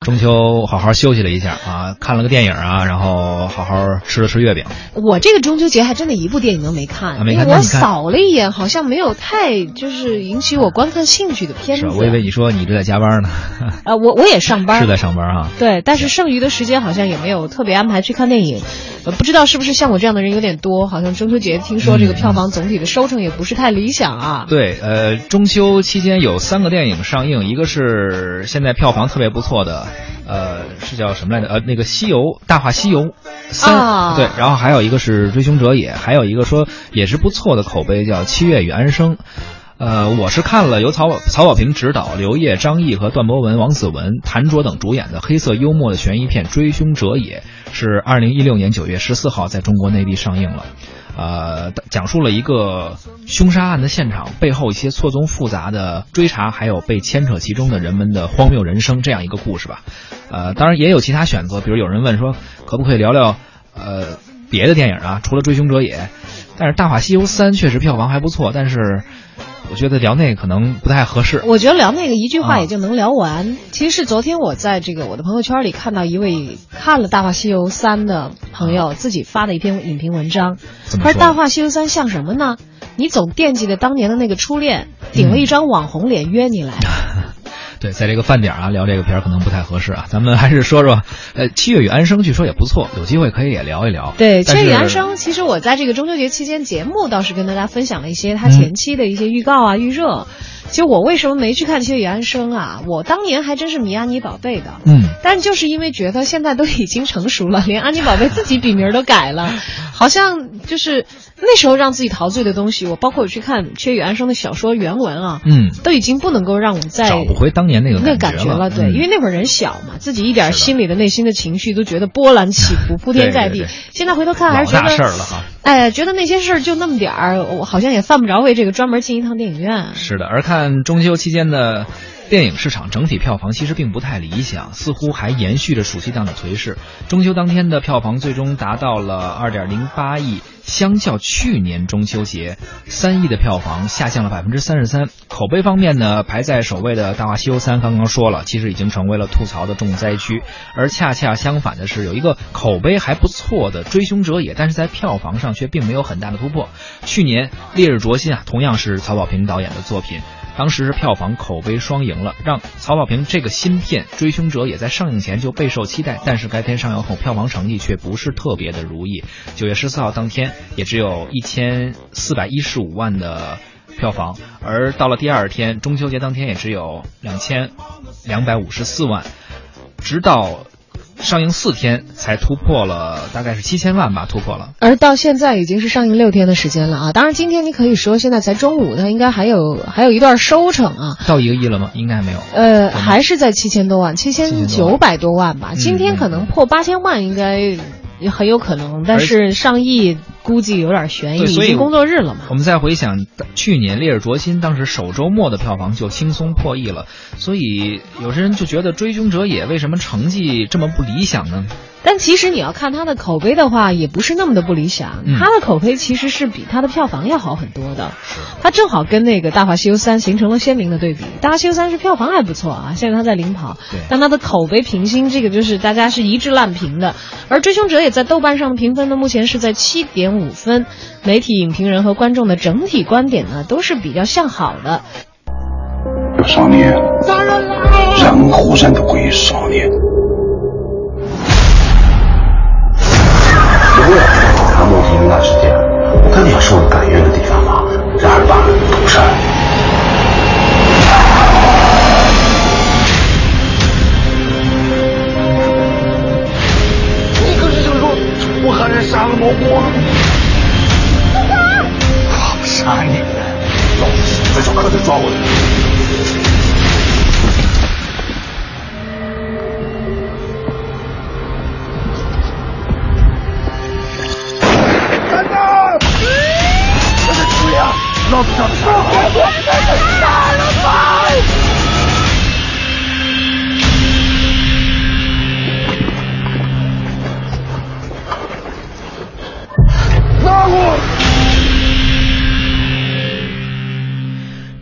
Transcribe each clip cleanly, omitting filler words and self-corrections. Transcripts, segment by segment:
中秋好好休息了一下啊，看了个电影啊，然后好好吃了吃月饼。 我这个中秋节还真的一部电影都没看， 没看， 因为我扫了一眼，好像没有太就是引起我观看兴趣的片子。 我以为你说你这在加班呢。 我也上班， 是在上班啊。 对，但是剩余的时间好像也没有特别安排去看电影。不知道是不是像我这样的人有点多，好像中秋节听说这个票房总体的收成也不是太理想啊。 对，中秋期间有3个电影上映，一个是现在票房特别不错的，是叫什么来着？那个大话西游3，对，然后还有一个是追凶者也，还有一个说也是不错的口碑叫七月与安生。我是看了由曹保平执导，刘烨、张译和段博文、王子文、谭卓等主演的黑色幽默的悬疑片《追凶者也》，是2016年9月14号在中国内地上映了。讲述了一个凶杀案的现场背后一些错综复杂的追查，还有被牵扯其中的人们的荒谬人生这样一个故事吧。当然也有其他选择，比如有人问说可不可以聊聊别的电影啊，除了《追凶者也》，但是《大话西游3》确实票房还不错，但是我觉得聊那个可能不太合适。 我觉得聊那个一句话也就能聊完。其实是昨天我在这个我的朋友圈里看到一位看了《大话西游3》的朋友自己发的一篇影评文章。他说《大话西游3》像什么呢？你总惦记着当年的那个初恋，顶了一张网红脸约你来。 对，在这个饭点啊聊这个片可能不太合适啊，咱们还是说说七月与安生，据说也不错，有机会可以也聊一聊。 对，七月与安生，其实我在这个中秋节期间节目倒是跟大家分享了一些他前期的一些预告啊、预热。其实我为什么没去看《七月与安生》啊？我当年还真是迷安妮宝贝的，但就是因为觉得现在都已经成熟了，连安妮宝贝自己笔名都改了，好像就是那时候让自己陶醉的东西，包括我去看《七月与安生》的小说原文啊，都已经不能够让我再找不回当年那个感觉了。对，因为那会儿人小嘛，自己一点心里的内心的情绪都觉得波澜起伏、铺天盖地。对，现在回头看还是觉得老大事儿了哈。 觉得那些事儿就那么点儿，我好像也犯不着为这个专门进一趟电影院。 是的，而看中秋期间的电影市场整体票房其实并不太理想，似乎还延续着暑期档的颓势。中秋当天的票房最终达到了 2.08 亿，相较去年中秋节3亿的票房下降了 33%。 口碑方面呢，排在首位的《大话西游3》刚刚说了，其实已经成为了吐槽的重灾区。而恰恰相反的是，有一个口碑还不错的《追凶者也》，但是在票房上却并没有很大的突破。去年《烈日灼心》啊，同样是曹保平导演的作品，当时是票房口碑双赢了，让曹保平这个新片《追凶者也》在上映前就备受期待，但是该片上映后票房成绩却不是特别的如意。9月14号当天也只有1415万的票房，而到了第二天中秋节当天也只有2254万，直到上映4天才突破了，大概是7000万吧，突破了。 而到现在已经是上映6天的时间了啊！当然今天你可以说现在才中午，它应该还有一段收成啊。 到1个亿了吗？应该没有。 还是在7000多万，7900多万吧。今天可能破8000万，应该也很有可能，但是上亿估计有点悬疑，已经工作日了嘛。 我们再回想去年《烈日灼心》当时首周末的票房就轻松破亿了，所以有些人就觉得《追凶者也》为什么成绩这么不理想呢？ 但其实你要看他的口碑的话，也不是那么的不理想。他的口碑其实是比他的票房要好很多的。他正好跟那个《大话西游3》形成了鲜明的对比。《大话西游3》是票房还不错啊，现在他在领跑，但他的口碑评星这个就是大家是一致烂评的。而《追凶者也》在豆瓣上的评分呢，目前是在7.5分。媒体、影评人和观众的整体观点呢，都是比较向好的。 少年，人和人都归于少年。有没有他莫提云那之间，我跟你有受人感怨的地方吗？然而吧，不是。你可是想说我害人杀了蘑菇啊？我不杀你，老子现在就可得抓我的。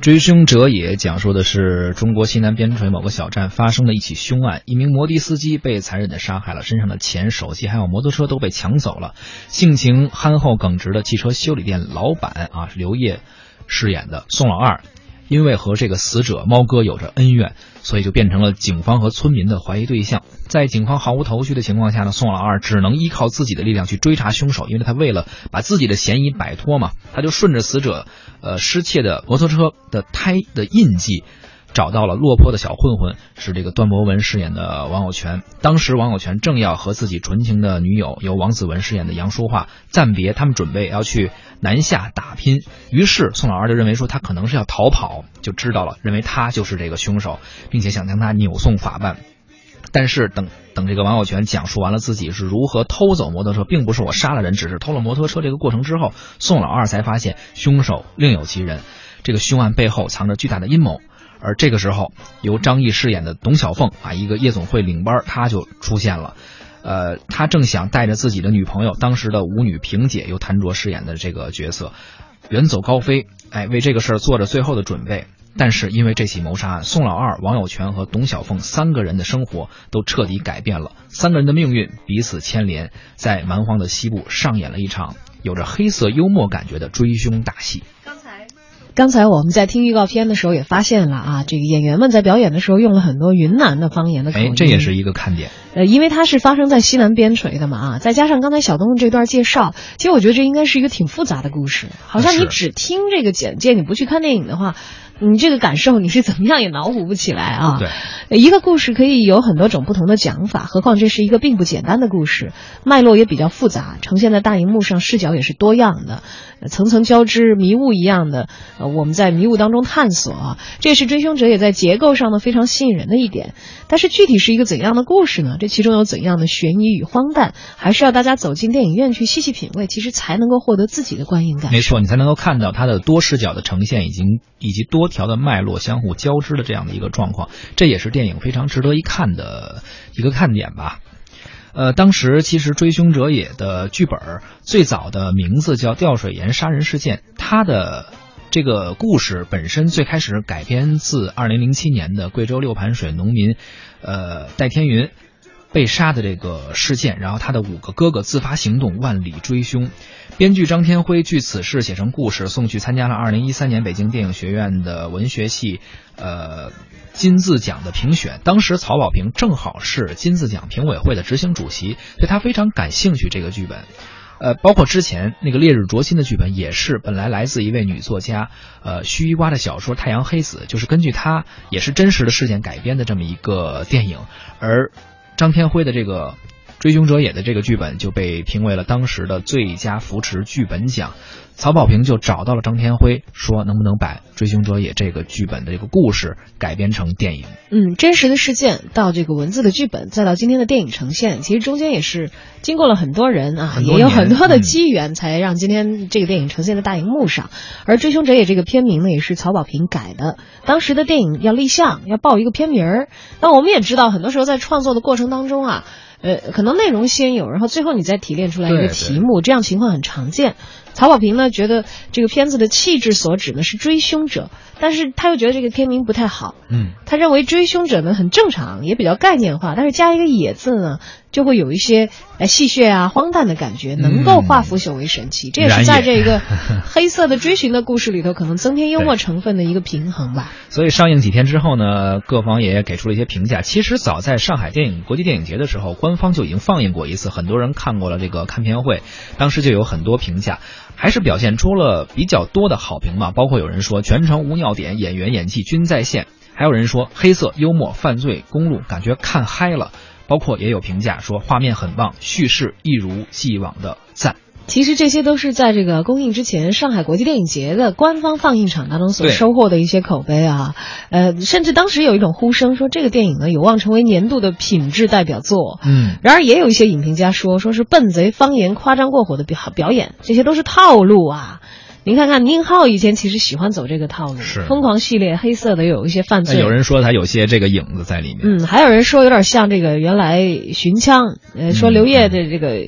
追凶者也讲述的是中国西南边陲某个小站发生的一起凶案，一名摩的司机被残忍地杀害了，身上的钱、手机还有摩托车都被抢走了。性情憨厚耿直的汽车修理店老板是刘烨饰演的宋老二，因为和这个死者猫哥有着恩怨，所以就变成了警方和村民的怀疑对象。在警方毫无头绪的情况下呢，宋老二只能依靠自己的力量去追查凶手，因为他为了把自己的嫌疑摆脱嘛，他就顺着死者失窃的摩托车的胎的印记找到了落魄的小混混，是这个段博文饰演的王有权。当时王有权正要和自己纯情的女友由王子文饰演的杨淑桦暂别，他们准备要去南下打拼，于是宋老二就认为说他可能是要逃跑，就知道了，认为他就是这个凶手，并且想将他扭送法办。但是等这个王有权讲述完了自己是如何偷走摩托车，并不是我杀了人，只是偷了摩托车这个过程之后，宋老二才发现凶手另有其人，这个凶案背后藏着巨大的阴谋。而这个时候由张译饰演的董小凤一个夜总会领班，他就出现了。他正想带着自己的女朋友，当时的舞女萍姐由谭卓饰演的这个角色远走高飞，为这个事儿做着最后的准备。但是因为这起谋杀案，宋老二、王有权和董小凤三个人的生活都彻底改变了，三个人的命运彼此牵连，在蛮荒的西部上演了一场有着黑色幽默感觉的追凶大戏。 刚才我们在听预告片的时候也发现了这个演员们在表演的时候用了很多云南的方言的口音， 这也是一个看点。 因为它是发生在西南边陲的嘛再加上刚才小东的这段介绍，其实我觉得这应该是一个挺复杂的故事，好像你只听这个简介，你不去看电影的话，你这个感受你是怎么样也脑补不起来对， 一个故事可以有很多种不同的讲法，何况这是一个并不简单的故事，脉络也比较复杂，呈现在大荧幕上视角也是多样的，层层交织，迷雾一样的我们在迷雾当中探索这也是追凶者也在结构上呢非常吸引人的一点。但是具体是一个怎样的故事呢？这其中有怎样的悬疑与荒诞，还是要大家走进电影院去细细品味，其实才能够获得自己的观影感受。 没错，你才能够看到它的多视角的呈现，以及多条的脉络相互交织的这样的一个状况，这也是电影非常值得一看的一个看点吧。当时其实《追凶者也》的剧本最早的名字叫《吊水岩杀人事件》，它的这个故事本身最开始改编自2007年的贵州六盘水农民戴天云被杀的这个事件，然后他的5个哥哥自发行动，万里追凶。编剧张天辉据此事写成故事，送去参加了2013年北京电影学院的文学系金字奖的评选。当时曹保平正好是金字奖评委会的执行主席，对他非常感兴趣这个剧本。包括之前那个《烈日灼心》的剧本也是本来来自一位女作家须一瓜的小说《太阳黑子》，就是根据她也是真实的事件改编的这么一个电影。而张天辉的这个《追凶者也》的这个剧本就被评为了当时的最佳扶持剧本奖。曹保平就找到了张天辉，说能不能把《追凶者也》这个剧本的这个故事改编成电影。 真实的事件到这个文字的剧本，再到今天的电影呈现，其实中间也是经过了很多人也有很多的机缘，才让今天这个电影呈现在大荧幕上。而《追凶者也》这个片名呢，也是曹保平改的。当时的电影要立项，要报一个片名儿。那我们也知道，很多时候在创作的过程当中可能内容先有，然后最后你再提炼出来一个题目，这样情况很常见。曹保平呢觉得这个片子的气质所指呢是追凶者，但是他又觉得这个片名不太好。他认为追凶者呢很正常，也比较概念化，但是加一个也字呢，就会有一些戏谑荒诞的感觉，能够化腐朽为神奇。这也是在这个黑色的追寻的故事里头可能增添幽默成分的一个平衡吧。 所以上映几天之后呢，各方也给出了一些评价。其实早在上海国际电影节的时候，官方就已经放映过一次，很多人看过了这个看片会，当时就有很多评价，还是表现出了比较多的好评嘛。包括有人说全程无尿点，演员演技均在线，还有人说黑色幽默犯罪公路，感觉看嗨了。包括也有评价说画面很棒，叙事一如既往的赞。 其实这些都是在这个公映之前上海国际电影节的官方放映场当中所收获的一些口碑甚至当时有一种呼声说这个电影呢有望成为年度的品质代表作。然而也有一些影评家说是笨贼方言夸张过火的表演，这些都是套路您看看宁浩以前其实喜欢走这个套路，疯狂系列黑色的有一些犯罪， 有人说他有些这个影子在里面。 还有人说有点像这个原来寻枪，说刘烨的这个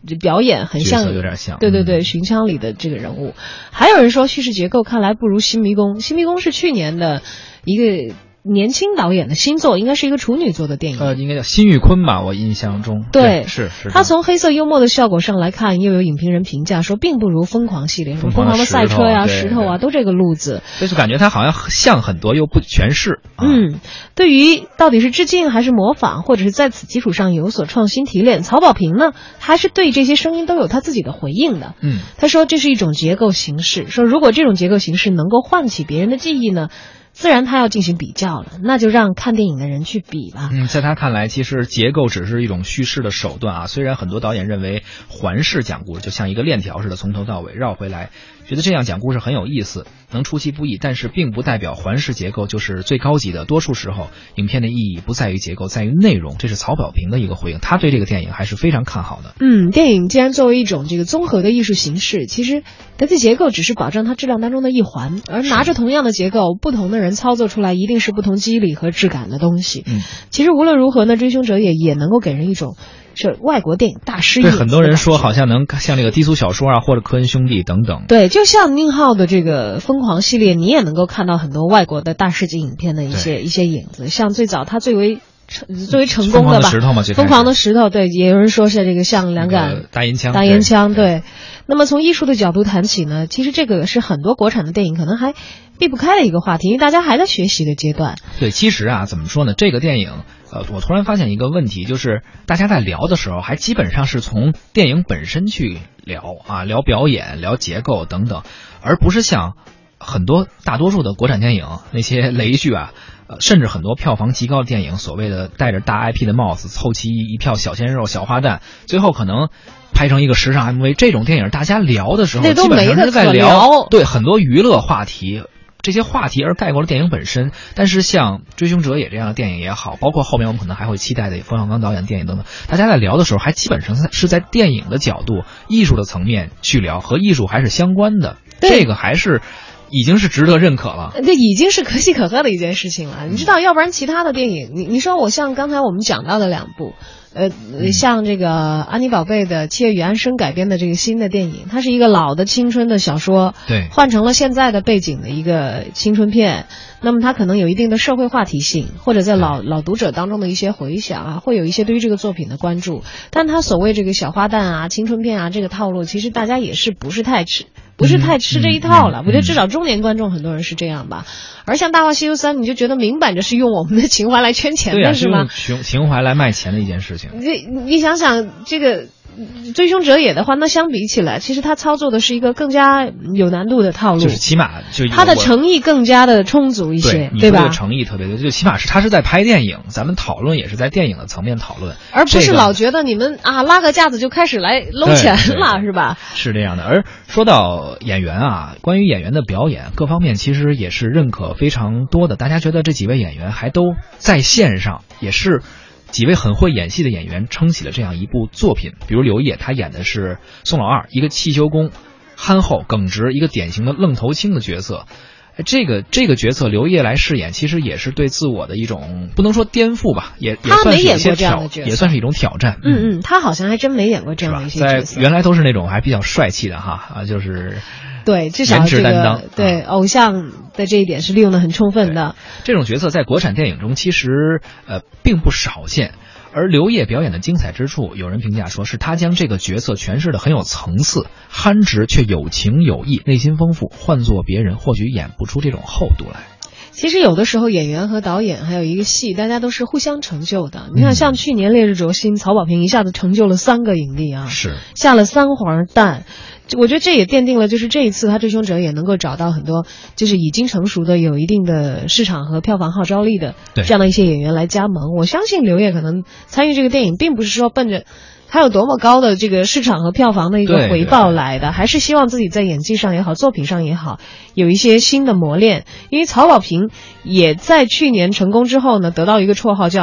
表演很像， 有点像， 对对对，寻枪里的这个人物。还有人说叙事结构看来不如新迷宫，新迷宫是去年的一个年轻导演的新作，应该是一个处女作的电影， 应该叫辛玉坤吧，我印象中。 对， 是他从黑色幽默的效果上来看，又有影评人评价说并不如疯狂系列，疯狂的赛车呀、石头啊，都这个路子， 就是感觉他好像像很多又不全是。 对于到底是致敬还是模仿，或者是在此基础上有所创新提炼，曹保平呢还是对这些声音都有他自己的回应的。他说这是一种结构形式，说如果这种结构形式能够唤起别人的记忆呢，自然他要进行比较了，那就让看电影的人去比吧。 在他看来，其实结构只是一种叙事的手段啊。虽然很多导演认为环视讲故事就像一个链条似的，从头到尾绕回来，觉得这样讲故事很有意思，能出其不意，但是并不代表环视结构就是最高级的。多数时候，影片的意义不在于结构，在于内容。这是曹保平的一个回应，他对这个电影还是非常看好的。 电影既然作为一种这个综合的艺术形式，其实它的结构只是保证它质量当中的一环，而拿着同样的结构，不同的人操作出来一定是不同肌理和质感的东西。其实无论如何呢，追凶者也能够给人一种是外国电影大师影子的感觉。 对，很多人说好像能像这个低俗小说啊，或者科恩兄弟等等。 对，就像宁浩的这个疯狂系列，你也能够看到很多外国的大师级影片的一些影子。像最早他最为成功的吧，疯狂的石头，对，也有人说是这个像两杆大烟枪，对。那么从艺术的角度谈起呢，其实这个是很多国产的电影可能还避不开的一个话题，因为大家还在学习的阶段。 对，其实啊，怎么说呢？这个电影，我突然发现一个问题，就是大家在聊的时候，还基本上是从电影本身去聊啊，聊表演、聊结构等等，而不是像大多数的国产电影那些雷剧啊。甚至很多票房极高的电影，所谓的戴着大 IP 的帽子，凑齐一票小鲜肉、小花旦，最后可能拍成一个时尚 MV。这种电影大家聊的时候，基本上是在聊对很多娱乐话题，这些话题而盖过了电影本身。但是像《追凶者也》这样的电影也好，包括后面我们可能还会期待的冯小刚导演的电影等等，大家在聊的时候，还基本上是在电影的角度、艺术的层面去聊，和艺术还是相关的。这个还是。已经是值得认可了， 这已经是可喜可贺的一件事情了。你知道，要不然其他的电影，你说我像刚才我们讲到的两部，像这个安妮宝贝的《七月与安生》改编的这个新的电影，它是一个老的青春的小说， 对， 换成了现在的背景的一个青春片。那么它可能有一定的社会话题性，或者在老读者当中的一些回响啊，会有一些对于这个作品的关注。但它所谓这个小花旦啊、青春片啊这个套路，其实大家也是不是太吃这一套了。我觉得至少中年观众很多人是这样吧。而像《大话西游3》，你就觉得明摆着是用我们的情怀来圈钱的，是吗？ 是用情怀来卖钱的一件事情。 你想想这个。追凶者也的话，那相比起来，其实他操作的是一个更加有难度的套路， 就是起码就他的诚意更加的充足一些，对吧？ 诚意特别多，就起码是他是在拍电影，咱们讨论也是在电影的层面讨论， 而不是老觉得你们拉个架子就开始来搂钱了，是吧？ 是这样的。而说到演员啊，关于演员的表演各方面，其实也是认可非常多的。大家觉得这几位演员还都在线上，也是。几位很会演戏的演员撑起了这样一部作品，比如刘烨，他演的是宋老二，一个汽修工，憨厚耿直，一个典型的愣头青的角色。这个角色刘烨来饰演，其实也是对自我的一种不能说颠覆吧，也算是一些也算是一种挑战。 他好像还真没演过这样的一些角色， 在原来都是那种还比较帅气的就是对，至少这个对偶像的这一点是利用的很充分的。 这种角色在国产电影中其实并不少见。而刘烨表演的精彩之处，有人评价说是他将这个角色诠释的很有层次，憨直却有情有义，内心丰富，换做别人或许演不出这种厚度来。 其实有的时候演员和导演还有一个戏，大家都是互相成就的。你看像去年《烈日灼心》，曹保平一下子成就了3个影帝啊， 是下了3黄蛋。我觉得这也奠定了，就是这一次他追凶者也能够找到很多就是已经成熟的、有一定的市场和票房号召力的这样的一些演员来加盟。我相信刘烨可能参与这个电影，并不是说奔着他有多么高的这个市场和票房的一个回报来的，还是希望自己在演技上也好，作品上也好，有一些新的磨练。因为曹保平也在去年成功之后呢，得到一个绰号叫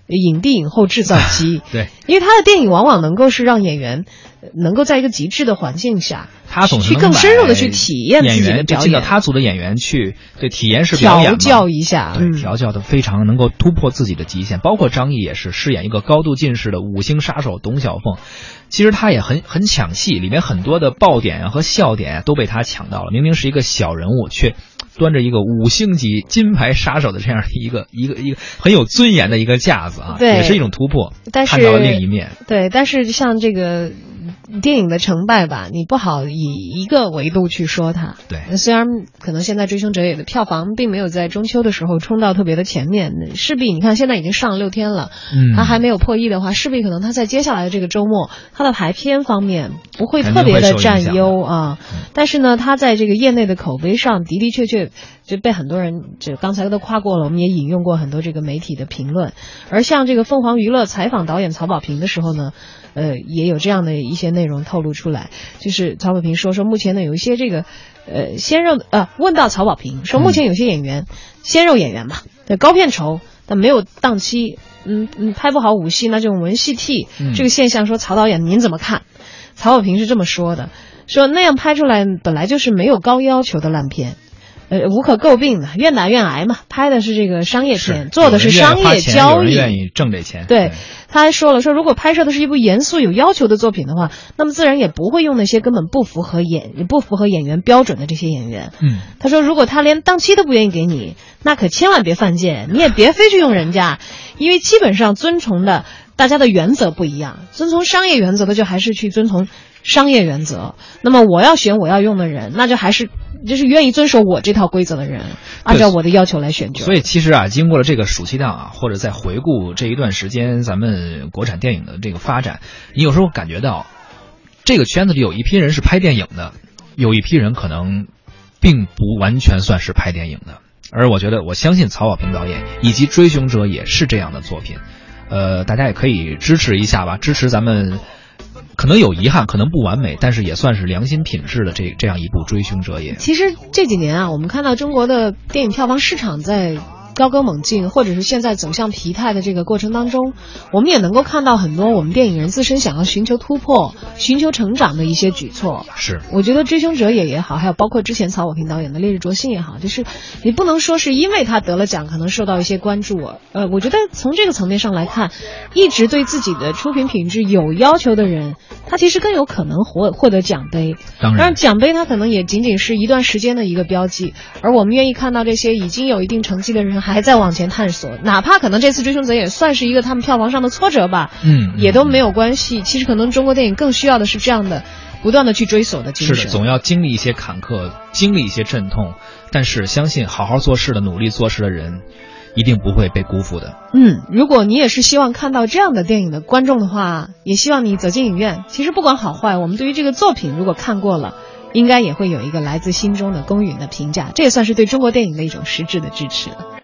影帝影后制造机。 对， 因为他的电影往往能够是让演员能够在一个极致的环境下， 他总是去更深入的去体验自己的表演， 他组的演员去对体验式表演调教一下， 对，调教的非常能够突破自己的极限。包括张译也是饰演一个高度近视的五星杀手董小凤，其实他也很抢戏，里面很多的爆点啊和笑点啊都被他抢到了。明明是一个小人物，却端着一个5星级金牌杀手的这样一个很有尊严的一个架子啊，也是一种突破。 但是看到了另一面。 对，但是像这个电影的成败吧，你不好以一个维度去说它。 对， 虽然可能现在《追凶者也》的票房并没有在中秋的时候冲到特别的前面，势必你看现在已经上了6天了，它还没有破亿的话，势必可能它在接下来的这个周末，它的排片方面不会特别的占优啊。但是呢，它在这个业内的口碑上的的确确就被很多人就刚才都夸过了，我们也引用过很多这个媒体的评论。而像这个凤凰娱乐采访导演曹保平的时候呢，也有这样的一些内容透露出来，就是曹保平说目前呢有一些这个鲜肉问到曹保平说目前有些演员鲜肉演员嘛，对，高片酬但没有档期，拍不好武戏那这种文戏替这个现象，说曹导演您怎么看？曹保平是这么说的，说那样拍出来本来就是没有高要求的烂片。无可诟病的，愿打愿挨嘛，拍的是这个商业片，做的是商业交易，有人愿意挣这钱。 对，他还说了，说如果拍摄的是一部严肃有要求的作品的话，那么自然也不会用那些根本不符合演员标准的这些演员。他说如果他连档期都不愿意给你，那可千万别犯贱，你也别非去用人家，因为基本上遵从的大家的原则不一样，遵从商业原则的就还是去遵从商业原则，那么我要选我要用的人，那就还是就是愿意遵守我这套规则的人，按照我的要求来选角。 所以其实经过了这个暑期档或者在回顾这一段时间咱们国产电影的这个发展，你有时候感觉到这个圈子里有一批人是拍电影的，有一批人可能并不完全算是拍电影的。而我相信曹保平导演以及《追凶者》也是这样的作品。大家也可以支持一下吧，支持咱们可能有遗憾，可能不完美，但是也算是良心品质的这样一部《追凶者也》。 其实这几年我们看到中国的电影票房市场在高歌猛进，或者是现在走向疲态的这个过程当中，我们也能够看到很多我们电影人自身想要寻求突破、寻求成长的一些举措。 是， 我觉得《追凶者也》好，还有包括之前曹保平导演的《烈日灼心》也好，就是你不能说是因为他得了奖可能受到一些关注。我觉得从这个层面上来看，一直对自己的出品品质有要求的人，他其实更有可能获得奖杯。当然奖杯它可能也仅仅是一段时间的一个标记，而我们愿意看到这些已经有一定成绩的人还在往前探索，哪怕可能这次《追凶者》也算是一个他们票房上的挫折吧，也都没有关系。其实可能中国电影更需要的是这样的不断的去追索的精神。 是的，总要经历一些坎坷，经历一些阵痛，但是相信好好做事的、努力做事的人一定不会被辜负的。 如果你也是希望看到这样的电影的观众的话，也希望你走进影院。其实不管好坏，我们对于这个作品如果看过了，应该也会有一个来自心中的公允的评价，这也算是对中国电影的一种实质的支持了。